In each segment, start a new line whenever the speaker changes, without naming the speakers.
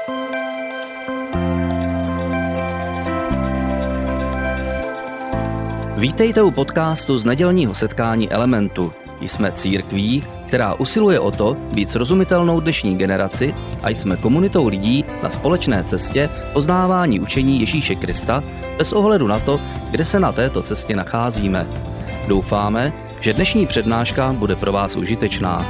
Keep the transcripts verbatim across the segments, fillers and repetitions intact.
Vítejte u podcastu z nedělního setkání Elementu. Jsme církví, která usiluje o to být srozumitelnou dnešní generaci a jsme komunitou lidí na společné cestě poznávání učení Ježíše Krista bez ohledu na to, kde se na této cestě nacházíme. Doufáme, že dnešní přednáška bude pro vás užitečná.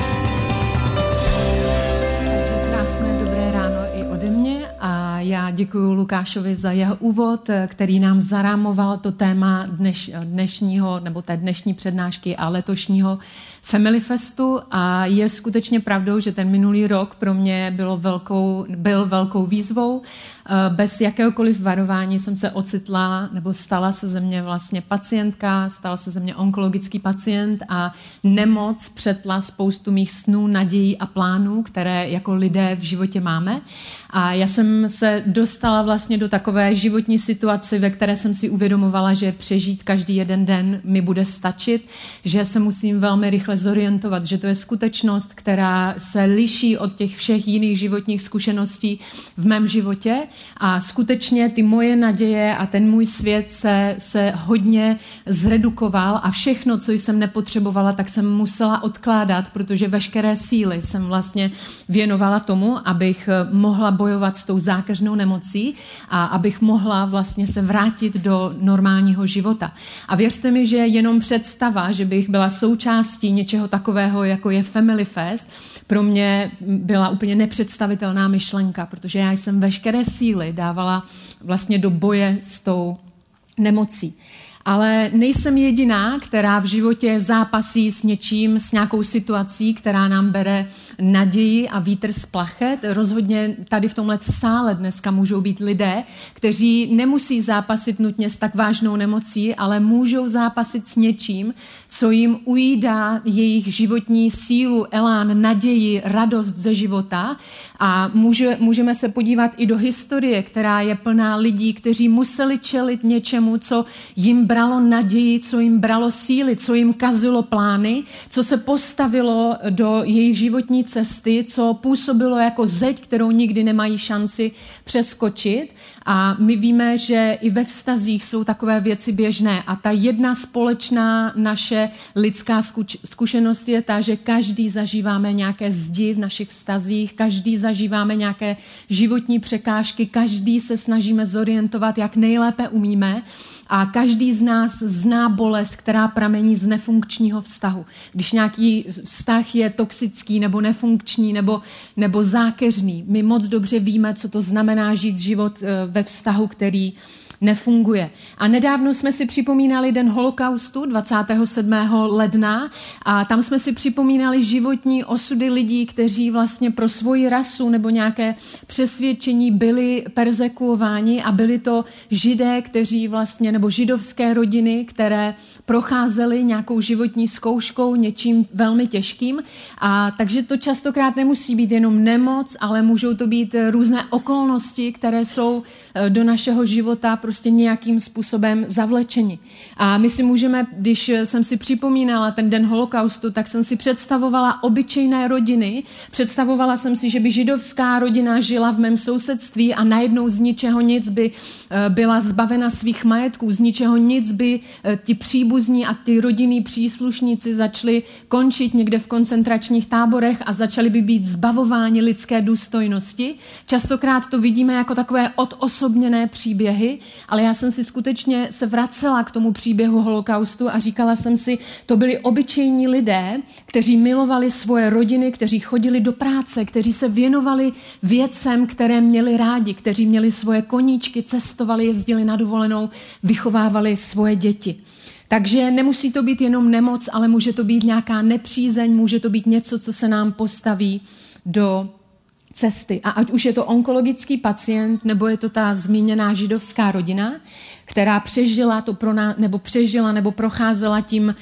Já děkuji Lukášovi za jeho úvod, který nám zarámoval to téma dneš, dnešního, nebo té dnešní přednášky a letošního Family Festu. A je skutečně pravdou, že ten minulý rok pro mě bylo velkou, byl velkou výzvou. Bez jakéhokoliv varování jsem se ocitla, nebo stala se ze mě vlastně pacientka, stala se ze mě onkologický pacient a nemoc přetla spoustu mých snů, nadějí a plánů, které jako lidé v životě máme. A já jsem se dostala vlastně do takové životní situace, ve které jsem si uvědomovala, že přežít každý jeden den mi bude stačit, že se musím velmi rychle zorientovat, že to je skutečnost, která se liší od těch všech jiných životních zkušeností v mém životě. A skutečně ty moje naděje a ten můj svět se, se hodně zredukoval a všechno, co jsem nepotřebovala, tak jsem musela odkládat, protože veškeré síly jsem vlastně věnovala tomu, abych mohla bojovat s tou zákeřnou nemocí a abych mohla vlastně se vrátit do normálního života. A věřte mi, že jenom představa, že bych byla součástí něčeho takového, jako je Family Fest, pro mě byla úplně nepředstavitelná myšlenka, protože já jsem veškeré síly dávala vlastně do boje s tou nemocí. Ale nejsem jediná, která v životě zápasí s něčím, s nějakou situací, která nám bere naději a vítr z plachet. Rozhodně tady v tomhle sále dneska můžou být lidé, kteří nemusí zápasit nutně s tak vážnou nemocí, ale můžou zápasit s něčím, co jim ujídá jejich životní sílu, elán, naději, radost ze života. A může, můžeme se podívat i do historie, která je plná lidí, kteří museli čelit něčemu, co jim bralo naději, co jim bralo síly, co jim kazilo plány, co se postavilo do jejich životní cesty, co působilo jako zeď, kterou nikdy nemají šanci přeskočit. A my víme, že i ve vztazích jsou takové věci běžné. A ta jedna společná naše lidská zkušenost je ta, že každý zažíváme nějaké zdi v našich vztazích, každý zažíváme nějaké životní překážky, každý se snažíme zorientovat, jak nejlépe umíme. A každý z nás zná bolest, která pramení z nefunkčního vztahu. Když nějaký vztah je toxický nebo nefunkční nebo, nebo zákeřný, my moc dobře víme, co to znamená žít život ve vztahu, který nefunguje. A nedávno jsme si připomínali Den holokaustu dvacátého sedmého ledna a tam jsme si připomínali životní osudy lidí, kteří vlastně pro svoji rasu nebo nějaké přesvědčení byli perzekuováni a byli to Židé, kteří vlastně, nebo židovské rodiny, které procházely nějakou životní zkouškou, něčím velmi těžkým. A takže to častokrát nemusí být jenom nemoc, ale můžou to být různé okolnosti, které jsou do našeho života prostě nějakým způsobem zavlečeni. A my si můžeme, když jsem si připomínala ten Den holokaustu, tak jsem si představovala obyčejné rodiny. Představovala jsem si, že by židovská rodina žila v mém sousedství a najednou z ničeho nic by byla zbavena svých majetků, z ničeho nic by ti příbuzní a ty rodinní příslušníci začali končit někde v koncentračních táborech a začali by být zbavováni lidské důstojnosti. Častokrát to vidíme jako takové odosobněné příběhy, ale já jsem si skutečně se vracela k tomu příběhu holokaustu a říkala jsem si, to byli obyčejní lidé, kteří milovali svoje rodiny, kteří chodili do práce, kteří se věnovali věcem, které měli rádi, kteří měli svoje koníčky, cestovali, jezdili na dovolenou, vychovávali svoje děti. Takže nemusí to být jenom nemoc, ale může to být nějaká nepřízeň, může to být něco, co se nám postaví do cesty. A ať už je to onkologický pacient, nebo je to ta zmíněná židovská rodina, která přežila to proná, nebo přežila nebo procházela tím,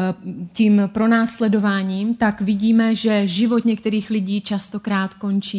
tím pronásledováním, tak vidíme, že život některých lidí častokrát končí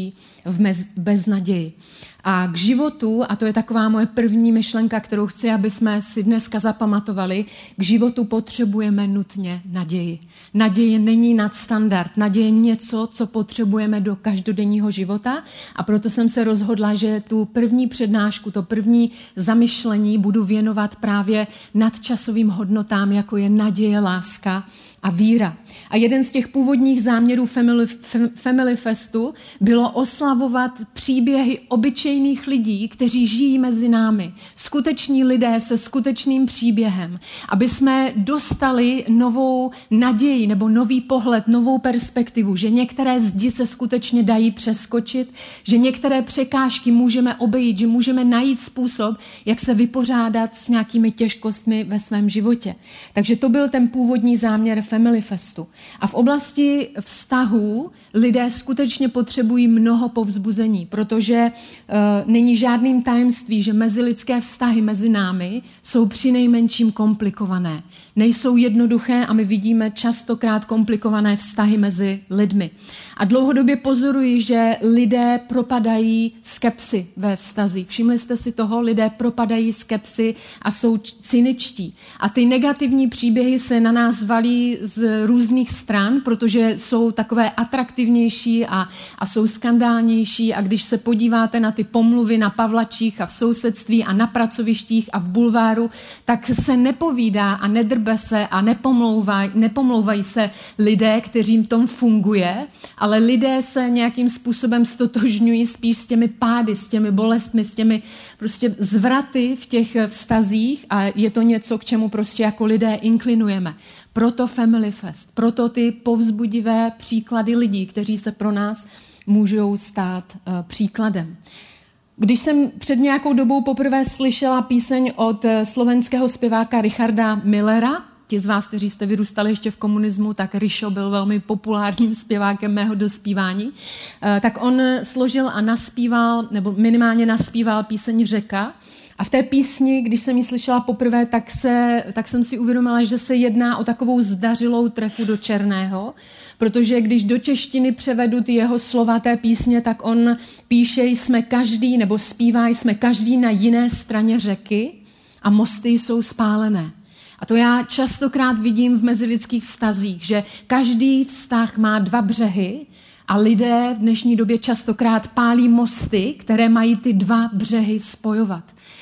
v mez, beznaději. A k životu, a to je taková moje první myšlenka, kterou chci, aby jsme si dneska zapamatovali, k životu potřebujeme nutně naději. Naděje není nadstandard, naděje je něco, co potřebujeme do každodenního života, a proto jsem se rozhodla, že tu první přednášku, to první zamyšlení budu věnovat právě nadčasovým hodnotám, jako je naděje, láska a víra. A jeden z těch původních záměrů Family, Family Festu bylo oslavovat příběhy obyčejných lidí, kteří žijí mezi námi. Skuteční lidé se skutečným příběhem. Aby jsme dostali novou naději nebo nový pohled, novou perspektivu, že některé zdi se skutečně dají přeskočit, že některé překážky můžeme obejít, že můžeme najít způsob, jak se vypořádat s nějakými těžkostmi ve svém životě. Takže to byl ten původní záměr Family Festu. A v oblasti vztahů lidé skutečně potřebují mnoho povzbuzení, protože uh, není žádným tajemství, že mezilidské vztahy mezi námi jsou přinejmenším komplikované. Nejsou jednoduché a my vidíme častokrát komplikované vztahy mezi lidmi. A dlouhodobě pozoruji, že lidé propadají skepsi ve vztazích. Všimli jste si toho? Lidé propadají skepsi a jsou cyničtí. A ty negativní příběhy se na nás valí z různých stran, protože jsou takové atraktivnější a, a jsou skandálnější. A když se podíváte na ty pomluvy na Pavlačích a v sousedství a na pracovištích a v bulváru, tak se nepovídá a nedrbe se a nepomlouvají, nepomlouvají se lidé, kterým tom funguje, ale lidé se nějakým způsobem stotožňují spíš s těmi pády, s těmi bolestmi, s těmi prostě zvraty v těch vztazích, a je to něco, k čemu prostě jako lidé inklinujeme. Proto Family Fest, proto ty povzbudivé příklady lidí, kteří se pro nás můžou stát uh, příkladem. Když jsem před nějakou dobou poprvé slyšela píseň od slovenského zpěváka Richarda Millera, ti z vás, kteří jste vyrůstali ještě v komunismu, tak Rišo byl velmi populárním zpěvákem mého dospívání, tak on složil a naspíval, nebo minimálně naspíval píseň Řeka. A v té písni, když jsem ji slyšela poprvé, tak, se, tak jsem si uvědomila, že se jedná o takovou zdařilou trefu do černého, protože když do češtiny převedu ty jeho slova té písně, tak on píše, jsme každý, nebo zpívá, jsme každý na jiné straně řeky a mosty jsou spálené. A to já častokrát vidím v mezilidských vztazích, že každý vztah má dva břehy a lidé v dnešní době častokrát pálí mosty, které mají ty dva břehy spojovat.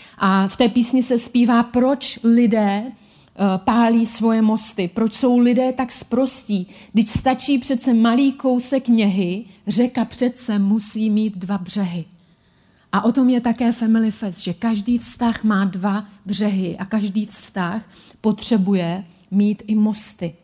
A v té písni se zpívá, proč lidé pálí svoje mosty, proč jsou lidé tak sprostí, když stačí přece malý kousek něhy, řeka přece musí mít dva břehy. A o tom je také Family Fest, že každý vztah má dva břehy a každý vztah potřebuje mít i mosty.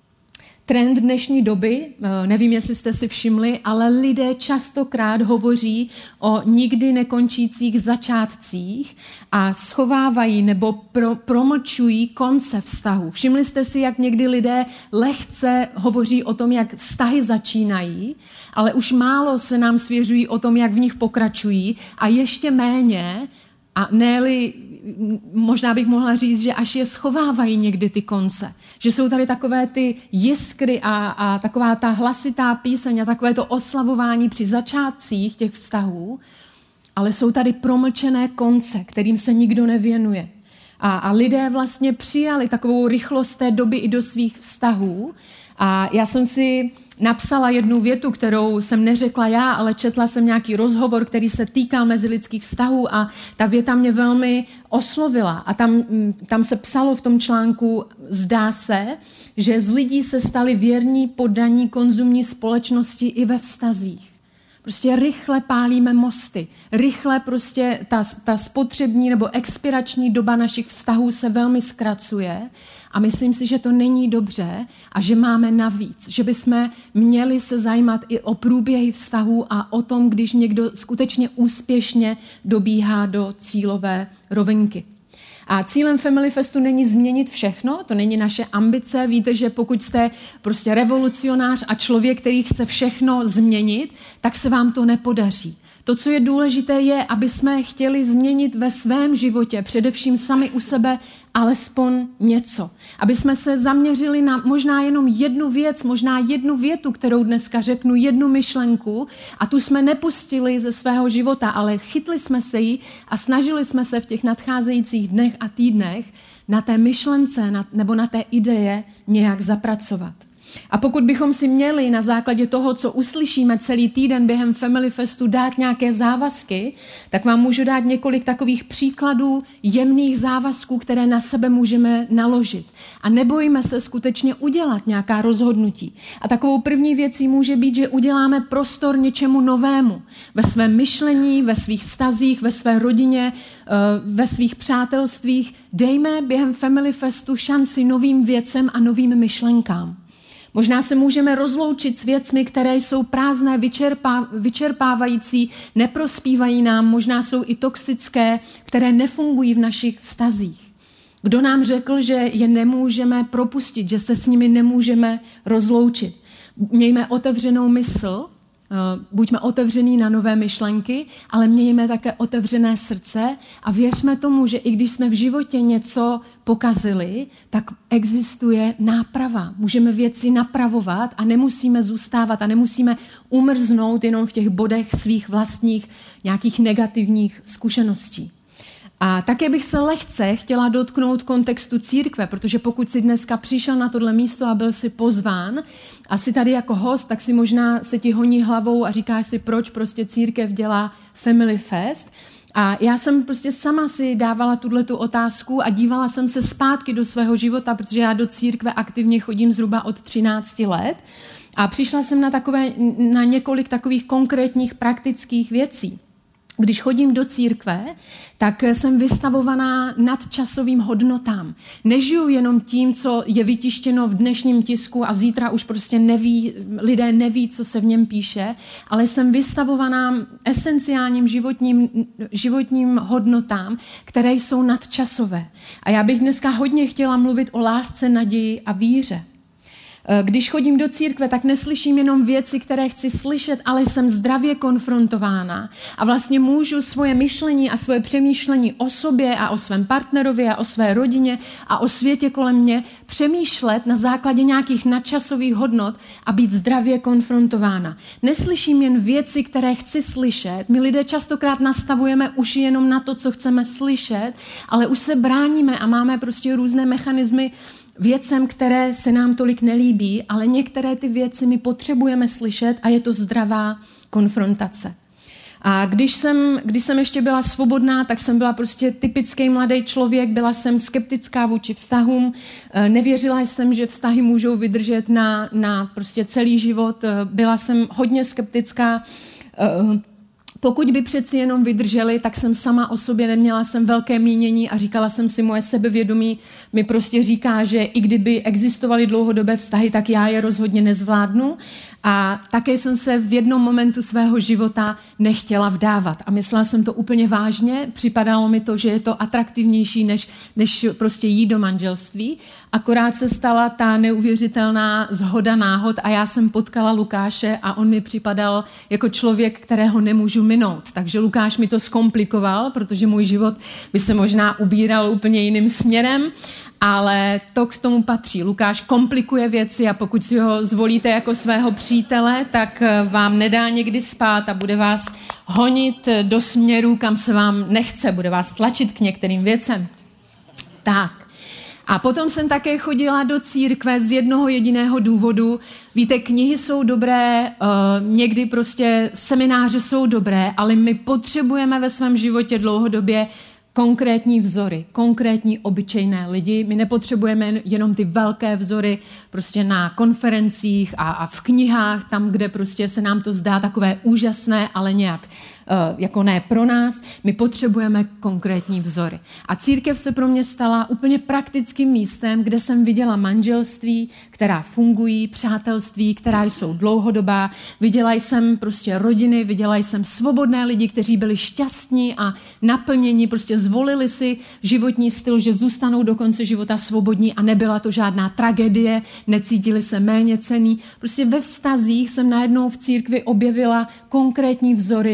Trend dnešní doby, nevím, jestli jste si všimli, ale lidé častokrát hovoří o nikdy nekončících začátcích a schovávají nebo pro, promlčují konce vztahu. Všimli jste si, jak někdy lidé lehce hovoří o tom, jak vztahy začínají, ale už málo se nám svěřují o tom, jak v nich pokračují, a ještě méně, a ne-li, možná bych mohla říct, že až je schovávají někdy ty konce. Že jsou tady takové ty jiskry a, a taková ta hlasitá píseň a takové to oslavování při začátcích těch vztahů, ale jsou tady promlčené konce, kterým se nikdo nevěnuje. A, a lidé vlastně přijali takovou rychlost té doby i do svých vztahů. A já jsem si napsala jednu větu, kterou jsem neřekla já, ale četla jsem nějaký rozhovor, který se týkal mezilidských vztahů, a ta věta mě velmi oslovila. A tam, tam se psalo v tom článku, zdá se, že z lidí se stali věrní poddaní konzumní společnosti i ve vztazích. Prostě rychle pálíme mosty. Rychle prostě ta, ta spotřební nebo expirační doba našich vztahů se velmi zkracuje a myslím si, že to není dobře a že máme navíc. Že bychom měli se zajímat i o průběhy vztahů a o tom, když někdo skutečně úspěšně dobíhá do cílové rovinky. A cílem Family Festu není změnit všechno, to není naše ambice. Víte, že pokud jste prostě revolucionář a člověk, který chce všechno změnit, tak se vám to nepodaří. To, co je důležité, je, aby jsme chtěli změnit ve svém životě, především sami u sebe, alespoň něco. Aby jsme se zaměřili na možná jenom jednu věc, možná jednu větu, kterou dneska řeknu, jednu myšlenku a tu jsme nepustili ze svého života, ale chytli jsme se jí a snažili jsme se v těch nadcházejících dnech a týdnech na té myšlence na, nebo na té ideje nějak zapracovat. A pokud bychom si měli na základě toho, co uslyšíme celý týden během Family Festu, dát nějaké závazky, tak vám můžu dát několik takových příkladů jemných závazků, které na sebe můžeme naložit. A nebojíme se skutečně udělat nějaká rozhodnutí. A takovou první věcí může být, že uděláme prostor něčemu novému. Ve svém myšlení, ve svých vztazích, ve své rodině, ve svých přátelstvích. Dejme během Family Festu šanci novým věcem a novým myšlenkám. Možná se můžeme rozloučit s věcmi, které jsou prázdné, vyčerpá, vyčerpávající, neprospívají nám, možná jsou i toxické, které nefungují v našich vztazích. Kdo nám řekl, že je nemůžeme propustit, že se s nimi nemůžeme rozloučit? Mějme otevřenou mysl, buďme otevření na nové myšlenky, ale mějme také otevřené srdce a věřme tomu, že i když jsme v životě něco pokazili, tak existuje náprava. Můžeme věci napravovat a nemusíme zůstávat a nemusíme umrznout jenom v těch bodech svých vlastních nějakých negativních zkušeností. A také bych se lehce chtěla dotknout kontextu církve, protože pokud jsi dneska přišel na tohle místo a byl si pozván a jsi tady jako host, tak si možná se ti honí hlavou a říkáš si, proč prostě církev dělá Family Fest. A já jsem prostě sama si dávala tuhletu otázku a dívala jsem se zpátky do svého života, protože já do církve aktivně chodím zhruba od třinácti let. A přišla jsem na, takové, na několik takových konkrétních praktických věcí. Když chodím do církve, tak jsem vystavovaná nadčasovým hodnotám. Nežiju jenom tím, co je vytištěno v dnešním tisku a zítra už prostě neví, lidé neví, co se v něm píše, ale jsem vystavovaná esenciálním životním, životním hodnotám, které jsou nadčasové. A já bych dneska hodně chtěla mluvit o lásce, naději a víře. Když chodím do církve, tak neslyším jenom věci, které chci slyšet, ale jsem zdravě konfrontována a vlastně můžu svoje myšlení a svoje přemýšlení o sobě a o svém partnerovi a o své rodině a o světě kolem mě přemýšlet na základě nějakých nadčasových hodnot a být zdravě konfrontována. Neslyším jen věci, které chci slyšet. My lidé častokrát nastavujeme uši jenom na to, co chceme slyšet, ale už se bráníme a máme prostě různé mechanismy věcem, které se nám tolik nelíbí, ale některé ty věci my potřebujeme slyšet a je to zdravá konfrontace. A když jsem, když jsem ještě byla svobodná, tak jsem byla prostě typický mladý člověk, byla jsem skeptická vůči vztahům, nevěřila jsem, že vztahy můžou vydržet na, na prostě celý život, byla jsem hodně skeptická. Pokud by přeci jenom vydrželi, tak jsem sama o sobě neměla jsem velké mínění a říkala jsem si, moje sebevědomí mi prostě říká, že i kdyby existovaly dlouhodobé vztahy, tak já je rozhodně nezvládnu. A také jsem se v jednom momentu svého života nechtěla vdávat. A myslela jsem to úplně vážně, připadalo mi to, že je to atraktivnější, než, než prostě jít do manželství. Akorát se stala ta neuvěřitelná zhoda náhod a já jsem potkala Lukáše a on mi připadal jako člověk, kterého nemůžu minout. Takže Lukáš mi to zkomplikoval, protože můj život by se možná ubíral úplně jiným směrem. Ale to k tomu patří. Lukáš komplikuje věci a pokud si ho zvolíte jako svého přítele, tak vám nedá někdy spát a bude vás honit do směru, kam se vám nechce, bude vás tlačit k některým věcem. Tak. A potom jsem také chodila do církve z jednoho jediného důvodu. Víte, knihy jsou dobré, někdy prostě semináře jsou dobré, ale my potřebujeme ve svém životě dlouhodobě konkrétní vzory, konkrétní obyčejné lidi. My nepotřebujeme jenom ty velké vzory prostě na konferencích a, a v knihách, tam, kde prostě se nám to zdá takové úžasné, ale nějak jako ne pro nás. My potřebujeme konkrétní vzory. A církev se pro mě stala úplně praktickým místem, kde jsem viděla manželství, která fungují, přátelství, která jsou dlouhodobá. Viděla jsem prostě rodiny, viděla jsem svobodné lidi, kteří byli šťastní a naplněni, prostě zvolili si životní styl, že zůstanou do konce života svobodní a nebyla to žádná tragédie, necítili se méně cenní. Prostě ve vztazích jsem najednou v církvi objevila konkrétní vzory, podle kterých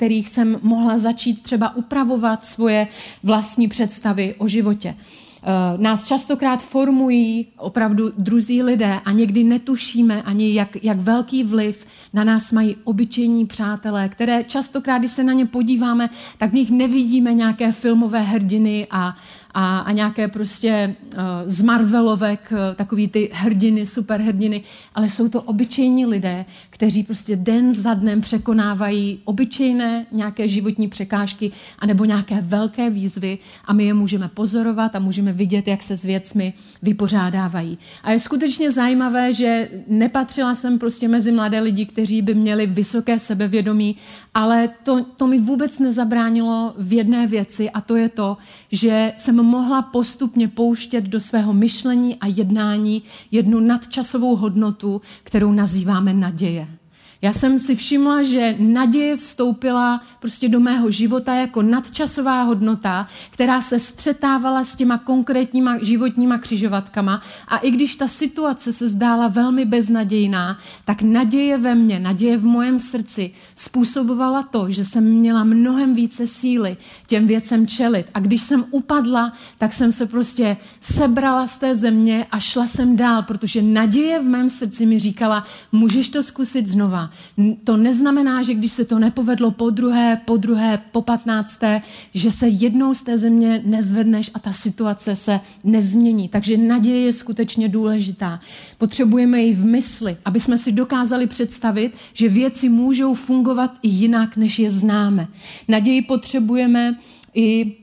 kterých jsem mohla začít třeba upravovat svoje vlastní představy o životě. Nás častokrát formují opravdu druzí lidé a někdy netušíme ani, jak, jak velký vliv na nás mají obyčejní přátelé, které častokrát, když se na ně podíváme, tak v nich nevidíme nějaké filmové hrdiny a, a, a nějaké prostě uh, z Marvelovek, uh, takový ty hrdiny, superhrdiny, ale jsou to obyčejní lidé, kteří prostě den za dnem překonávají obyčejné nějaké životní překážky anebo nějaké velké výzvy a my je můžeme pozorovat a můžeme vidět, jak se s věcmi vypořádávají. A je skutečně zajímavé, že nepatřila jsem prostě mezi mladé lidi, kteří by měli vysoké sebevědomí, ale to, to mi vůbec nezabránilo v jedné věci a to je to, že jsem mohla postupně pouštět do svého myšlení a jednání jednu nadčasovou hodnotu, kterou nazýváme naděje. Já jsem si všimla, že naděje vstoupila prostě do mého života jako nadčasová hodnota, která se střetávala s těma konkrétníma životníma křižovatkama a i když ta situace se zdála velmi beznadějná, tak naděje ve mně, naděje v mojem srdci způsobovala to, že jsem měla mnohem více síly těm věcem čelit. A když jsem upadla, tak jsem se prostě sebrala z té země a šla jsem dál, protože naděje v mém srdci mi říkala, můžeš to zkusit znova. To neznamená, že když se to nepovedlo po druhé, po druhé, po patnácté, že se jednou z té země nezvedneš a ta situace se nezmění. Takže naděje je skutečně důležitá. Potřebujeme ji v mysli, aby jsme si dokázali představit, že věci můžou fungovat i jinak, než je známe. Naději potřebujeme i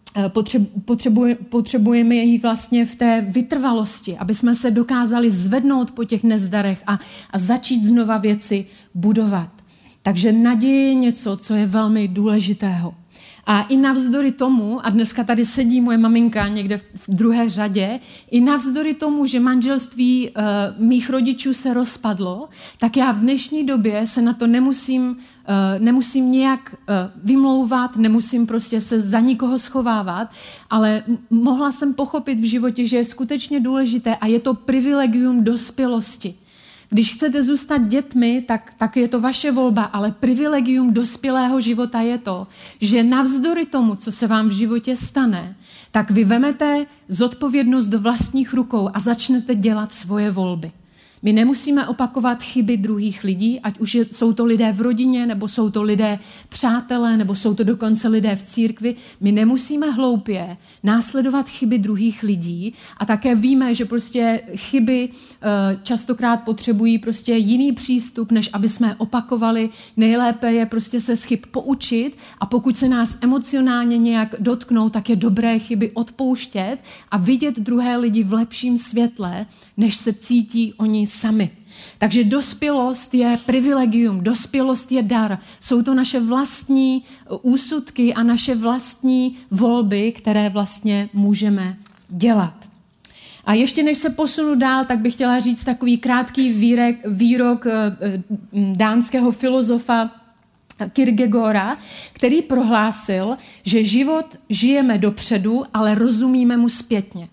Potřebuje, potřebujeme ji vlastně v té vytrvalosti, aby jsme se dokázali zvednout po těch nezdarech a, a začít znova věci budovat. Takže naděje je něco, co je velmi důležitého. A i navzdory tomu, a dneska tady sedí moje maminka někde v druhé řadě, i navzdory tomu, že manželství uh, mých rodičů se rozpadlo, tak já v dnešní době se na to nemusím, uh, nemusím nějak uh, vymlouvat, nemusím prostě se za nikoho schovávat, ale mohla jsem pochopit v životě, že je skutečně důležité a je to privilegium dospělosti. Když chcete zůstat dětmi, tak, tak je to vaše volba, ale privilegium dospělého života je to, že navzdory tomu, co se vám v životě stane, tak vy vemete zodpovědnost do vlastních rukou a začnete dělat svoje volby. My nemusíme opakovat chyby druhých lidí, ať už je, jsou to lidé v rodině, nebo jsou to lidé přátelé, nebo jsou to dokonce lidé v církvi. My nemusíme hloupě následovat chyby druhých lidí a také víme, že prostě chyby častokrát potřebují prostě jiný přístup, než aby jsme opakovali. Nejlépe je prostě se z chyb poučit a pokud se nás emocionálně nějak dotknou, tak je dobré chyby odpouštět a vidět druhé lidi v lepším světle, než se cítí oni sami. Takže dospělost je privilegium, dospělost je dar. Jsou to naše vlastní úsudky a naše vlastní volby, které vlastně můžeme dělat. A ještě než se posunu dál, tak bych chtěla říct takový krátký výrok, výrok dánského filozofa Kierkegaarda, který prohlásil, že život žijeme dopředu, ale rozumíme mu zpětně.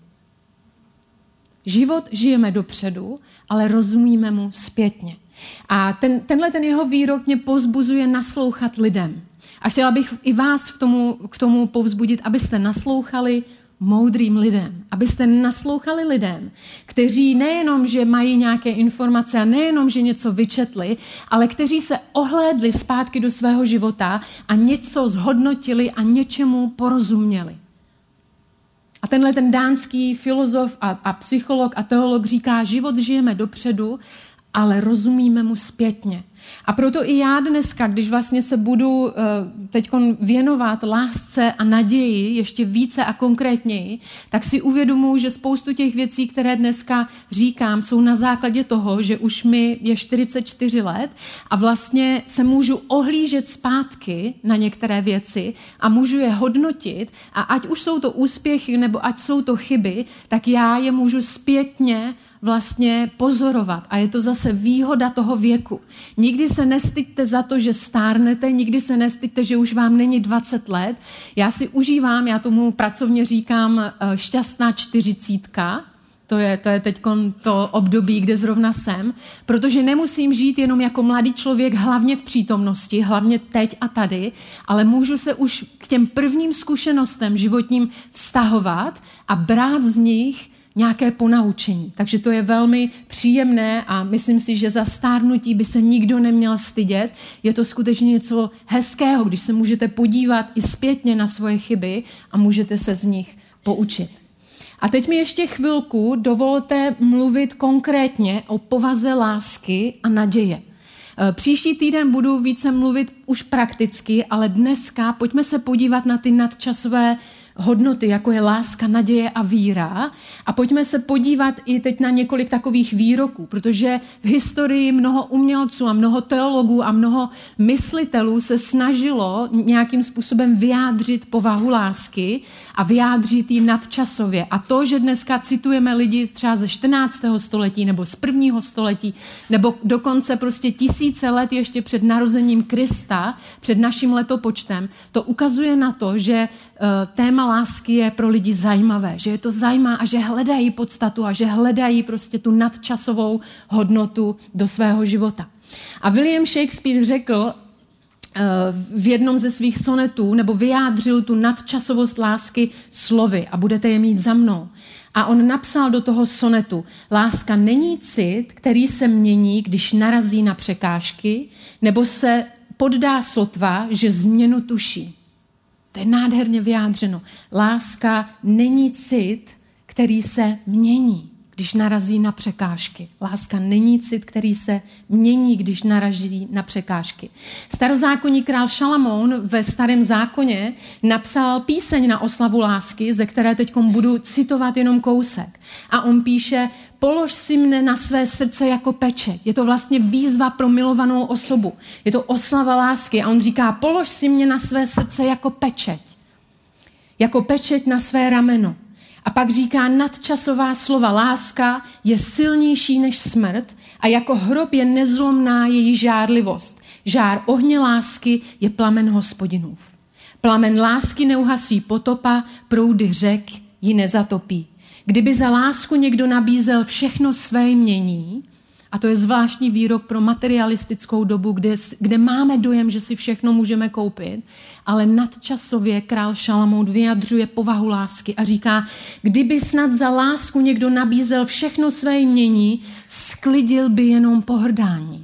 Život žijeme dopředu, ale rozumíme mu zpětně. A ten, tenhle ten jeho výrok mě povzbuzuje naslouchat lidem. A chtěla bych i vás v tomu, k tomu povzbudit, abyste naslouchali moudrým lidem. Abyste naslouchali lidem, kteří nejenom, že mají nějaké informace a nejenom, že něco vyčetli, ale kteří se ohlédli zpátky do svého života a něco zhodnotili a něčemu porozuměli. A tenhle ten dánský filozof a, a psycholog a teolog říká, život žijeme dopředu, ale rozumíme mu zpětně. A proto i já dneska, když vlastně se budu uh, teď věnovat lásce a naději ještě více a konkrétněji, tak si uvědomuji, že spoustu těch věcí, které dneska říkám, jsou na základě toho, že už mi je čtyřicet čtyři let a vlastně se můžu ohlížet zpátky na některé věci a můžu je hodnotit a ať už jsou to úspěchy nebo ať jsou to chyby, tak já je můžu zpětně vlastně pozorovat. A je to zase výhoda toho věku. Nikdy se nestyďte za to, že stárnete, nikdy se nestyďte, že už vám není dvacet let. Já si užívám, já tomu pracovně říkám šťastná čtyřicítka, To je, to je teď to období, kde zrovna jsem, protože nemusím žít jenom jako mladý člověk, hlavně v přítomnosti, hlavně teď a tady, ale můžu se už k těm prvním zkušenostem životním vztahovat a brát z nich nějaké ponaučení. Takže to je velmi příjemné a myslím si, že za stárnutí by se nikdo neměl stydět. Je to skutečně něco hezkého, když se můžete podívat i zpětně na svoje chyby a můžete se z nich poučit. A teď mi ještě chvilku dovolte mluvit konkrétně o povaze lásky a naděje. Příští týden budu více mluvit už prakticky, ale dneska pojďme se podívat na ty nadčasové hodnoty, jako je láska, naděje a víra. A pojďme se podívat i teď na několik takových výroků, protože v historii mnoho umělců a mnoho teologů a mnoho myslitelů se snažilo nějakým způsobem vyjádřit povahu lásky a vyjádřit ji nadčasově. A to, že dneska citujeme lidi třeba ze čtrnáctého století nebo z prvního století, nebo dokonce prostě tisíce let ještě před narozením Krista, před naším letopočtem, to ukazuje na to, že téma lásky je pro lidi zajímavé, že je to zajímá a že hledají podstatu a že hledají prostě tu nadčasovou hodnotu do svého života. A William Shakespeare řekl v jednom ze svých sonetů, nebo vyjádřil tu nadčasovost lásky slovy a budete je mít za mnou. A on napsal do toho sonetu: láska není cit, který se mění, když narazí na překážky, nebo se poddá sotva, že změnu tuší. To je nádherně vyjádřeno. Láska není cit, který se mění, když narazí na překážky. Láska není cit, který se mění, když narazí na překážky. Starozákonní král Šalamoun ve Starém zákoně napsal píseň na oslavu lásky, ze které teď budu citovat jenom kousek. A on píše: polož si mne na své srdce jako pečeť. Je to vlastně výzva pro milovanou osobu. Je to oslava lásky. A on říká: polož si mě na své srdce jako pečeť. Jako pečeť na své rameno. A pak říká nadčasová slova: láska je silnější než smrt a jako hrob je nezlomná její žárlivost. Žár ohně lásky je plamen Hospodinův. Plamen lásky neuhasí potopa, proudy řek ji nezatopí. Kdyby za lásku někdo nabízel všechno své jmění, a to je zvláštní výrok pro materialistickou dobu, kde, kde máme dojem, že si všechno můžeme koupit, ale nadčasově král Šalamoun vyjadřuje povahu lásky a říká: kdyby snad za lásku někdo nabízel všechno své jmění, sklidil by jenom pohrdání.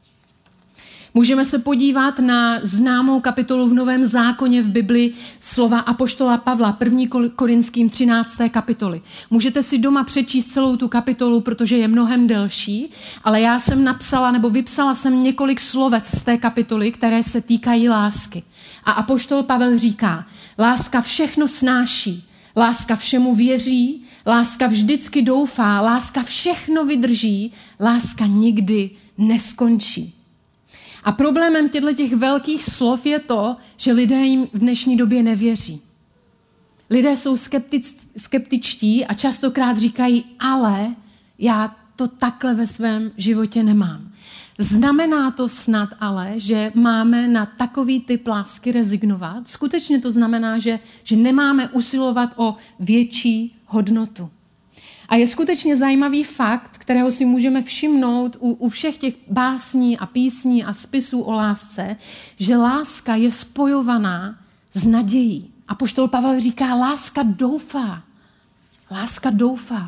Můžeme se podívat na známou kapitolu v Novém zákoně v Bibli, slova apoštola Pavla, první Korinským třinácté kapitoly. Můžete si doma přečíst celou tu kapitolu, protože je mnohem delší, ale já jsem napsala nebo vypsala jsem několik sloves z té kapitoly, které se týkají lásky. A apoštol Pavel říká: láska všechno snáší, láska všemu věří, láska vždycky doufá, láska všechno vydrží, láska nikdy neskončí. A problémem těchto velkých slov je to, že lidé jim v dnešní době nevěří. Lidé jsou skeptic, skeptičtí a častokrát říkají: ale já to takhle ve svém životě nemám. Znamená to snad ale, že máme na takový typ lásky rezignovat? Skutečně to znamená, že, že nemáme usilovat o větší hodnotu. A je skutečně zajímavý fakt, kterého si můžeme všimnout u, u všech těch básní a písní a spisů o lásce, že láska je spojovaná s nadějí. Apoštol Pavel říká: láska doufá. Láska doufá.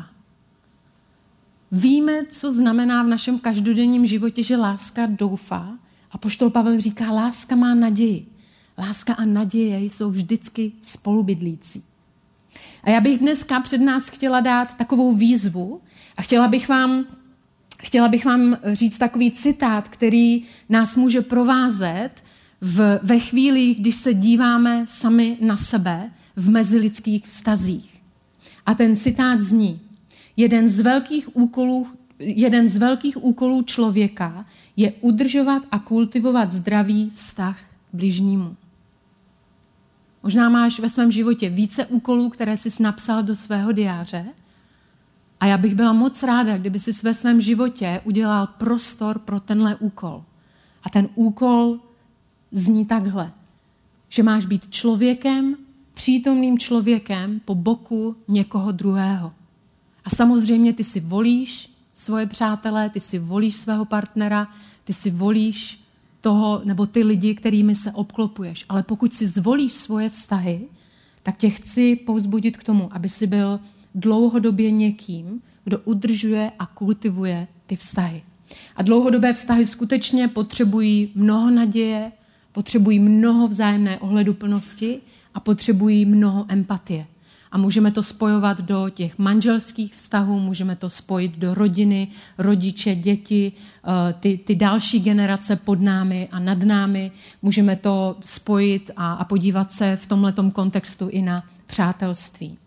Víme, co znamená v našem každodenním životě, že láska doufá. Apoštol Pavel říká: láska má naději. Láska a naděje jsou vždycky spolubydlící. A já bych dneska před nás chtěla dát takovou výzvu a chtěla bych vám, chtěla bych vám říct takový citát, který nás může provázet v, ve chvíli, když se díváme sami na sebe v mezilidských vztazích. A ten citát zní: jeden z velkých úkolů, jeden z velkých úkolů člověka je udržovat a kultivovat zdravý vztah k bližnímu. Možná máš ve svém životě více úkolů, které jsi napsal do svého diáře, a já bych byla moc ráda, kdyby jsi ve svém životě udělal prostor pro tenhle úkol. A ten úkol zní takhle, že máš být člověkem, přítomným člověkem po boku někoho druhého. A samozřejmě ty si volíš svoje přátelé, ty si volíš svého partnera, ty si volíš toho, nebo ty lidi, kterými se obklopuješ. Ale pokud si zvolíš svoje vztahy, tak tě chci povzbudit k tomu, aby si byl dlouhodobě někým, kdo udržuje a kultivuje ty vztahy. A dlouhodobé vztahy skutečně potřebují mnoho naděje, potřebují mnoho vzájemné ohleduplnosti a potřebují mnoho empatie. A můžeme to spojovat do těch manželských vztahů, můžeme to spojit do rodiny, rodiče, děti, ty, ty další generace pod námi a nad námi. Můžeme to spojit a, a podívat se v tomhletom kontextu i na přátelství.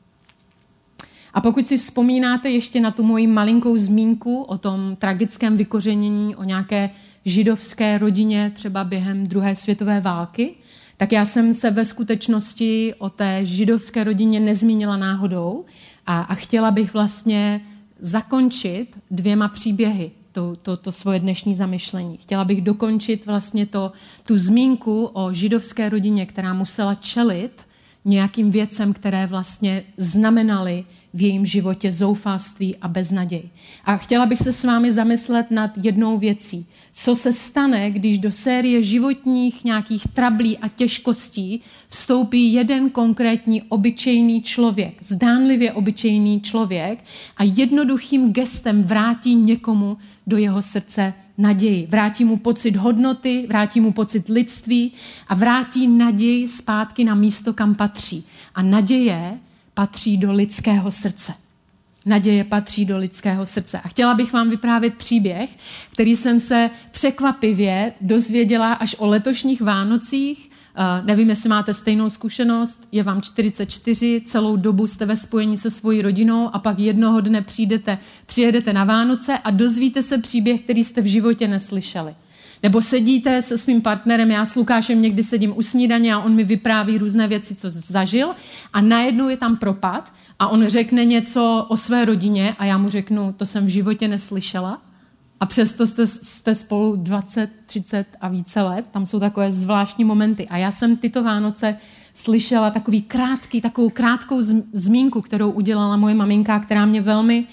A pokud si vzpomínáte ještě na tu moji malinkou zmínku o tom tragickém vykořenění, o nějaké židovské rodině třeba během druhé světové války, tak já jsem se ve skutečnosti o té židovské rodině nezmínila náhodou a, a chtěla bych vlastně zakončit dvěma příběhy to, to, to svoje dnešní zamyšlení. Chtěla bych dokončit vlastně to, tu zmínku o židovské rodině, která musela čelit nějakým věcem, které vlastně znamenaly v jejím životě zoufalství a beznaděj. A chtěla bych se s vámi zamyslet nad jednou věcí. Co se stane, když do série životních nějakých trablí a těžkostí vstoupí jeden konkrétní obyčejný člověk, zdánlivě obyčejný člověk a jednoduchým gestem vrátí někomu do jeho srdce naději. Vrátí mu pocit hodnoty, vrátí mu pocit lidství a vrátí naději zpátky na místo, kam patří. A naděje patří do lidského srdce. Naděje patří do lidského srdce. A chtěla bych vám vyprávět příběh, který jsem se překvapivě dozvěděla až o letošních Vánocích. Uh, nevím, jestli máte stejnou zkušenost, je vám čtyřicet čtyři, celou dobu jste ve spojení se svojí rodinou a pak jednoho dne přijdete, přijedete na Vánoce a dozvíte se příběh, který jste v životě neslyšeli. Nebo sedíte se svým partnerem, já s Lukášem někdy sedím u snídaně a on mi vypráví různé věci, co zažil a najednou je tam propad a on řekne něco o své rodině a já mu řeknu, to jsem v životě neslyšela. A přesto jste, jste spolu dvacet, třicet a více let. Tam jsou takové zvláštní momenty. A já jsem tyto Vánoce slyšela takový krátký, takovou krátkou zmínku, kterou udělala moje maminka, která mě velmi,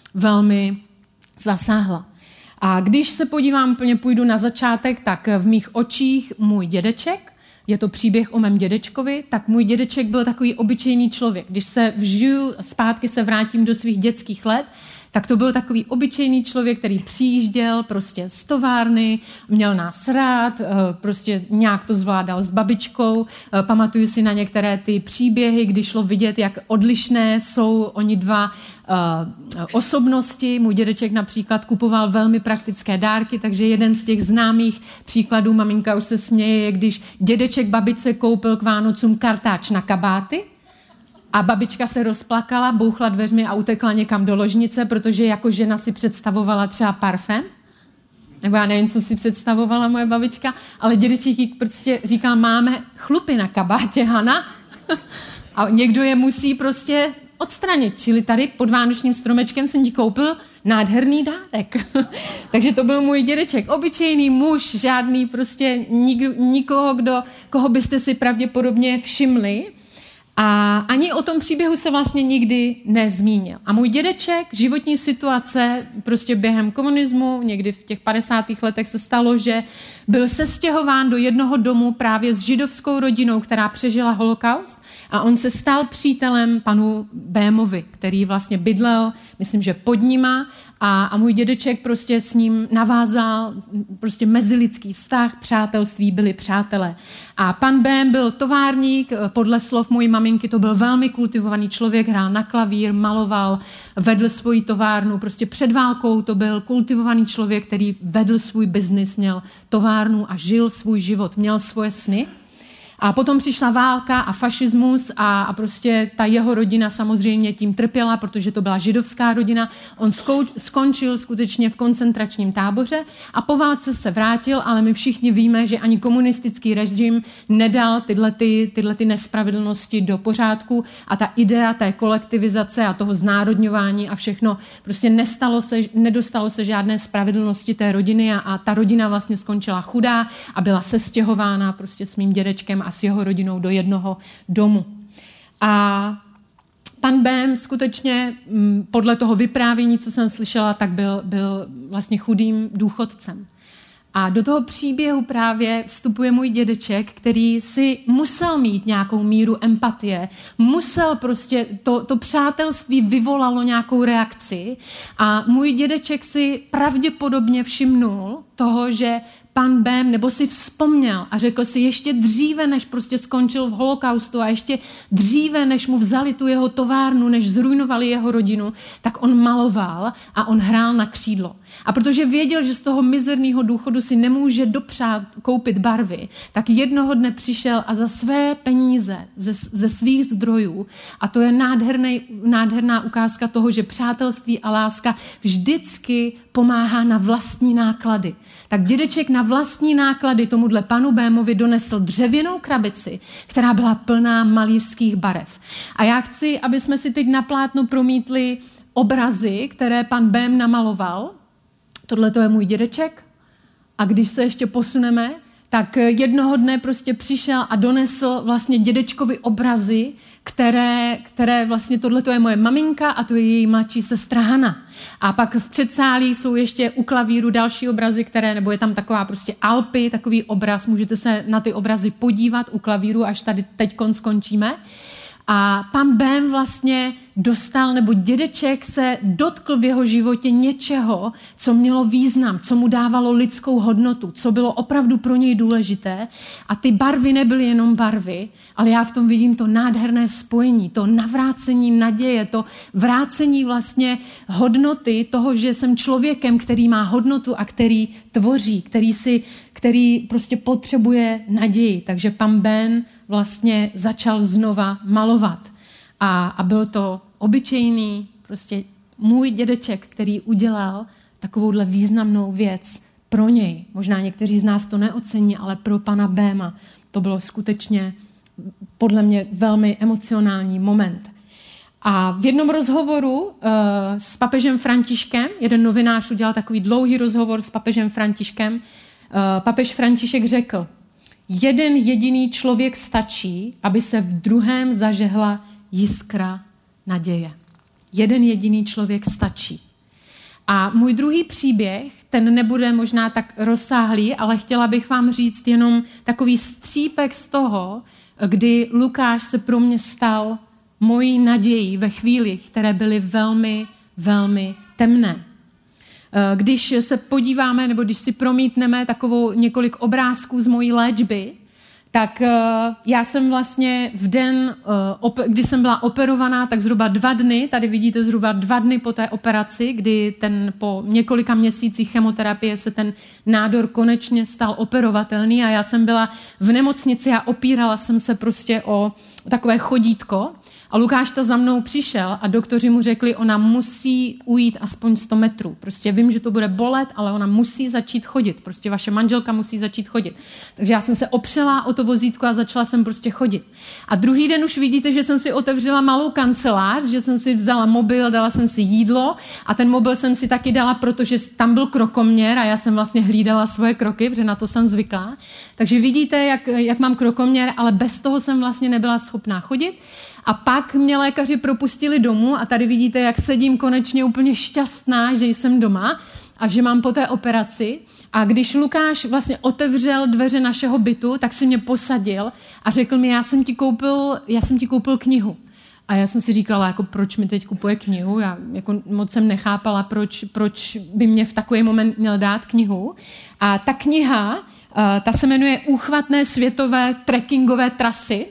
velmi zasáhla. A když se podívám, plně půjdu na začátek, tak v mých očích můj dědeček, je to příběh o mém dědečkovi, tak můj dědeček byl takový obyčejný člověk. Když se vžiju, zpátky se vrátím do svých dětských let, tak to byl takový obyčejný člověk, který přijížděl prostě z továrny, měl nás rád, prostě nějak to zvládal s babičkou. Pamatuju si na některé ty příběhy, kdy šlo vidět, jak odlišné jsou oni dva osobnosti. Můj dědeček například kupoval velmi praktické dárky, takže jeden z těch známých příkladů, maminka už se směje, je, když dědeček babičce koupil k Vánocům kartáč na kabáty, a babička se rozplakala, bouchla dveřmi a utekla někam do ložnice, protože jako žena si představovala třeba parfém. Nebo já nevím, co si představovala moje babička, ale dědeček jí prostě říkal, máme chlupy na kabátě, Hana. A někdo je musí prostě odstranit. Čili tady pod vánočním stromečkem jsem ti koupil nádherný dárek. Takže to byl můj dědeček. Obyčejný muž, žádný prostě nik, nikoho, kdo, koho byste si pravděpodobně všimli. A ani o tom příběhu se vlastně nikdy nezmínil. A můj dědeček, životní situace, prostě během komunismu, někdy v těch padesátých letech se stalo, že byl sestěhován do jednoho domu právě s židovskou rodinou, která přežila holokaust a on se stal přítelem panu Bémovi, který vlastně bydlel, myslím, že pod nima a, a můj dědeček prostě s ním navázal prostě mezilidský vztah, přátelství, byli přátelé. A pan Bém byl továrník, podle slov mojí maminky to byl velmi kultivovaný člověk, hrál na klavír, maloval, vedl svoji továrnu, prostě před válkou to byl kultivovaný člověk, který vedl svůj biznis, měl továrnu a žil svůj život, měl svoje sny. A potom přišla válka a fašismus a, a prostě ta jeho rodina samozřejmě tím trpěla, protože to byla židovská rodina. On skou, skončil skutečně v koncentračním táboře a po válce se vrátil, ale my všichni víme, že ani komunistický režim nedal tyhle, ty, tyhle ty nespravedlnosti do pořádku a ta idea té kolektivizace a toho znárodňování a všechno prostě nestalo se, nedostalo se žádné spravedlnosti té rodiny a, a ta rodina vlastně skončila chudá a byla sestěhována prostě s mým dědečkem a s jeho rodinou do jednoho domu. A pan Bém skutečně podle toho vyprávění, co jsem slyšela, tak byl, byl vlastně chudým důchodcem. A do toho příběhu právě vstupuje můj dědeček, který si musel mít nějakou míru empatie, musel prostě, to, to přátelství vyvolalo nějakou reakci a můj dědeček si pravděpodobně všimnul toho, že pan Bém, nebo si vzpomněl a řekl si ještě dříve, než prostě skončil v holokaustu a ještě dříve, než mu vzali tu jeho továrnu, než zrujnovali jeho rodinu, tak on maloval a on hrál na křídlo. A protože věděl, že z toho mizerného důchodu si nemůže dopřát koupit barvy, tak jednoho dne přišel a za své peníze, ze, ze svých zdrojů, a to je nádherný, nádherná ukázka toho, že přátelství a láska vždycky pomáhá na vlastní náklady. Tak dědeček na vlastní náklady tomuhle panu Bémovi donesl dřevěnou krabici, která byla plná malířských barev. A já chci, aby jsme si teď na plátno promítli obrazy, které pan Bém namaloval. Tohle to je můj dědeček. A když se ještě posuneme, tak jednoho dne prostě přišel a donesl vlastně dědečkovi obrazy, které, které vlastně tohle to je moje maminka a to je její mladší sestra Hana. A pak v předsálí jsou ještě u klavíru další obrazy, které, nebo je tam taková prostě Alpy, takový obraz, můžete se na ty obrazy podívat u klavíru, až tady teďkon skončíme. A pan Bém vlastně dostal, nebo dědeček se dotkl v jeho životě něčeho, co mělo význam, co mu dávalo lidskou hodnotu, co bylo opravdu pro něj důležité. A ty barvy nebyly jenom barvy, ale já v tom vidím to nádherné spojení, to navrácení naděje, to vrácení vlastně hodnoty toho, že jsem člověkem, který má hodnotu a který tvoří, který, si, který prostě potřebuje naději. Takže pan Bém vlastně začal znova malovat. A, a byl to obyčejný, prostě můj dědeček, který udělal takovouhle významnou věc pro něj. Možná někteří z nás to neocení, ale pro pana Béma to bylo skutečně podle mě velmi emocionální moment. A v jednom rozhovoru uh, s papežem Františkem, jeden novinář udělal takový dlouhý rozhovor s papežem Františkem, uh, papež František řekl: jeden jediný člověk stačí, aby se v druhém zažehla jiskra naděje. Jeden jediný člověk stačí. A můj druhý příběh, ten nebude možná tak rozsáhlý, ale chtěla bych vám říct jenom takový střípek z toho, kdy Lukáš se pro mě stal mojí nadějí ve chvílích, které byly velmi, velmi temné. Když se podíváme, nebo když si promítneme takovou několik obrázků z mojí léčby, tak já jsem vlastně v den, kdy jsem byla operovaná, tak zhruba dva dny, tady vidíte zhruba dva dny po té operaci, kdy ten po několika měsících chemoterapie se ten nádor konečně stal operovatelný a já jsem byla v nemocnici a opírala jsem se prostě o takové chodítko. A Lukáš ta za mnou přišel a doktoři mu řekli, ona musí ujít aspoň sto metrů. Prostě vím, že to bude bolet, ale ona musí začít chodit. Prostě vaše manželka musí začít chodit. Takže já jsem se opřela o to vozítko a začala jsem prostě chodit. A druhý den už vidíte, že jsem si otevřela malou kancelář, že jsem si vzala mobil, dala jsem si jídlo a ten mobil jsem si taky dala, protože tam byl krokoměr a já jsem vlastně hlídala svoje kroky, protože na to jsem zvyklá. Takže vidíte, jak, jak mám krokoměr, ale bez toho jsem vlastně nebyla schopná chodit. A pak mě lékaři propustili domů a tady vidíte, jak sedím konečně úplně šťastná, že jsem doma a že mám po té operaci. A když Lukáš vlastně otevřel dveře našeho bytu, tak si mě posadil a řekl mi, já jsem ti koupil, já jsem ti koupil knihu. A já jsem si říkala, jako proč mi teď kupuje knihu? Já jako moc jsem nechápala, proč, proč by mě v takový moment měl dát knihu. A ta kniha, ta se jmenuje Úchvatné světové trekkingové trasy.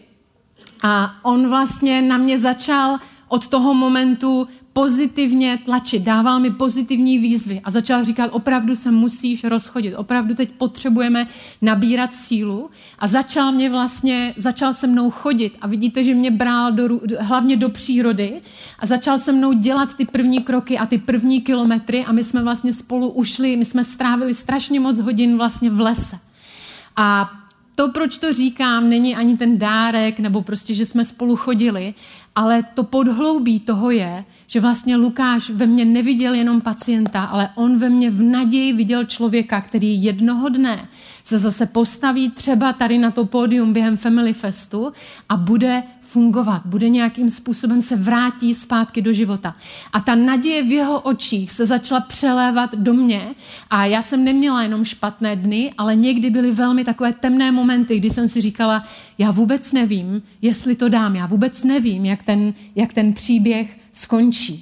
A on vlastně na mě začal od toho momentu pozitivně tlačit, dával mi pozitivní výzvy a začal říkat, opravdu se musíš rozchodit, opravdu teď potřebujeme nabírat sílu a začal mě vlastně, začal se mnou chodit a vidíte, že mě bral do, hlavně do přírody a začal se mnou dělat ty první kroky a ty první kilometry a my jsme vlastně spolu ušli, my jsme strávili strašně moc hodin vlastně v lese. A to, proč to říkám, není ani ten dárek, nebo prostě, že jsme spolu chodili, ale to podhloubí toho je, že vlastně Lukáš ve mně neviděl jenom pacienta, ale on ve mně v naději viděl člověka, který jednoho dne se zase postaví třeba tady na to pódium během Family Festu a bude fungovat, bude nějakým způsobem se vrátí zpátky do života. A ta naděje v jeho očích se začala přelévat do mě a já jsem neměla jenom špatné dny, ale někdy byly velmi takové temné momenty, kdy jsem si říkala, já vůbec nevím, jestli to dám, já vůbec nevím, jak ten, jak ten příběh skončí.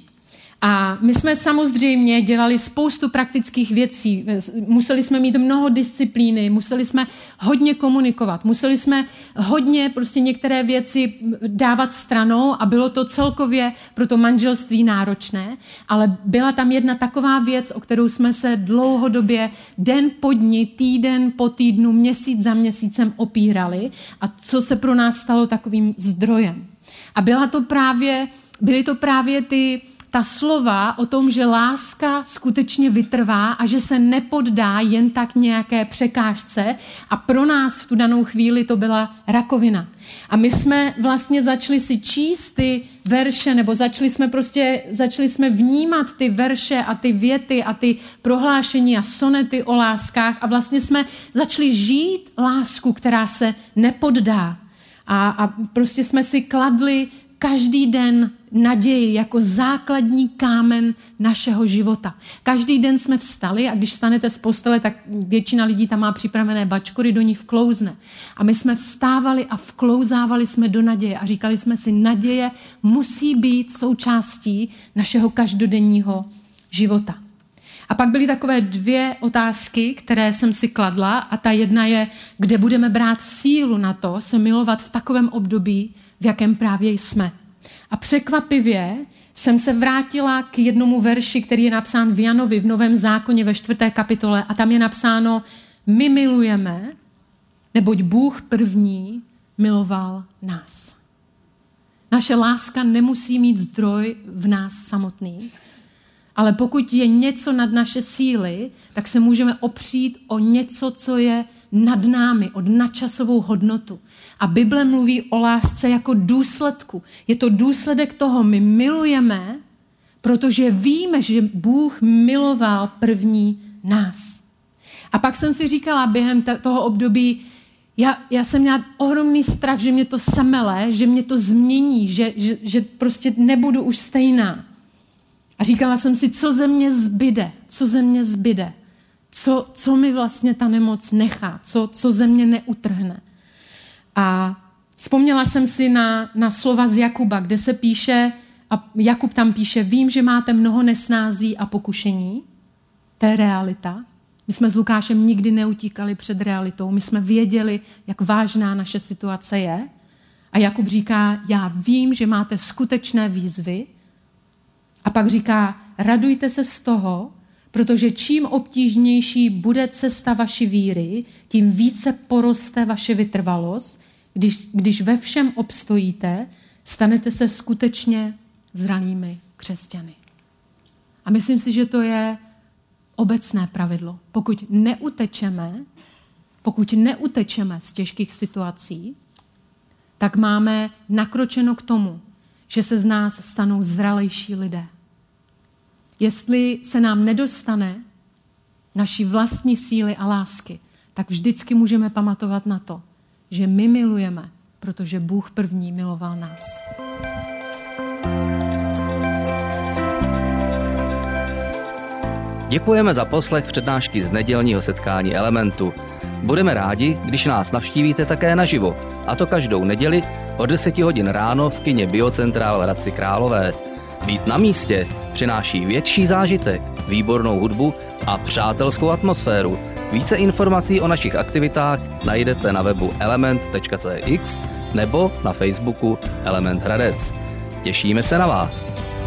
A my jsme samozřejmě dělali spoustu praktických věcí. Museli jsme mít mnoho disciplíny, museli jsme hodně komunikovat, museli jsme hodně prostě některé věci dávat stranou a bylo to celkově pro to manželství náročné, ale byla tam jedna taková věc, o kterou jsme se dlouhodobě den po dni, týden po týdnu, měsíc za měsícem opírali a co se pro nás stalo takovým zdrojem. A byla to právě, byly to právě ty ta slova o tom, že láska skutečně vytrvá a že se nepoddá jen tak nějaké překážce a pro nás v tu danou chvíli to byla rakovina. A my jsme vlastně začali si číst ty verše, nebo začali jsme prostě, začali jsme vnímat ty verše a ty věty a ty prohlášení a sonety o láskách a vlastně jsme začali žít lásku, která se nepoddá. A, a prostě jsme si kladli každý den naději jako základní kámen našeho života. Každý den jsme vstali a když vstanete z postele, tak většina lidí tam má připravené bačkory, do nich vklouzne. A my jsme vstávali a vklouzávali jsme do naděje a říkali jsme si, naděje musí být součástí našeho každodenního života. A pak byly takové dvě otázky, které jsem si kladla a ta jedna je, kde budeme brát sílu na to se milovat v takovém období, v jakém právě jsme. A překvapivě jsem se vrátila k jednomu verši, který je napsán v Janovi v Novém zákoně ve čtvrté kapitole a tam je napsáno, my milujeme, neboť Bůh první miloval nás. Naše láska nemusí mít zdroj v nás samotných, ale pokud je něco nad naše síly, tak se můžeme opřít o něco, co je nad námi, od nadčasovou hodnotu. A Bible mluví o lásce jako důsledku. Je to důsledek toho, my milujeme, protože víme, že Bůh miloval první nás. A pak jsem si říkala během toho období, já, já jsem měla ohromný strach, že mě to semele, že mě to změní, že, že, že prostě nebudu už stejná. A říkala jsem si, co ze mě zbyde, co ze mě zbyde. Co, co mi vlastně ta nemoc nechá, co, co ze mě neutrhne. A vzpomněla jsem si na, na slova z Jakuba, kde se píše, a Jakub tam píše, vím, že máte mnoho nesnází a pokušení. To je realita. My jsme s Lukášem nikdy neutíkali před realitou. My jsme věděli, jak vážná naše situace je. A Jakub říká, já vím, že máte skutečné výzvy. A pak říká, radujte se z toho, protože čím obtížnější bude cesta vaší víry, tím více poroste vaše vytrvalost. Když, když ve všem obstojíte, stanete se skutečně zralými křesťany. A myslím si, že to je obecné pravidlo. Pokud neutečeme, pokud neutečeme z těžkých situací, tak máme nakročeno k tomu, že se z nás stanou zralejší lidé. Jestli se nám nedostane naší vlastní síly a lásky, tak vždycky můžeme pamatovat na to, že my milujeme, protože Bůh první miloval nás.
Děkujeme za poslech přednášky z nedělního setkání Elementu. Budeme rádi, když nás navštívíte také naživo, a to každou neděli od deset hodin ráno v kině Biocentrál v Hradci Králové. Být na místě přináší větší zážitek, výbornou hudbu a přátelskou atmosféru. Více informací o našich aktivitách najdete na webu element tečka cé x nebo na Facebooku Element Hradec. Těšíme se na vás.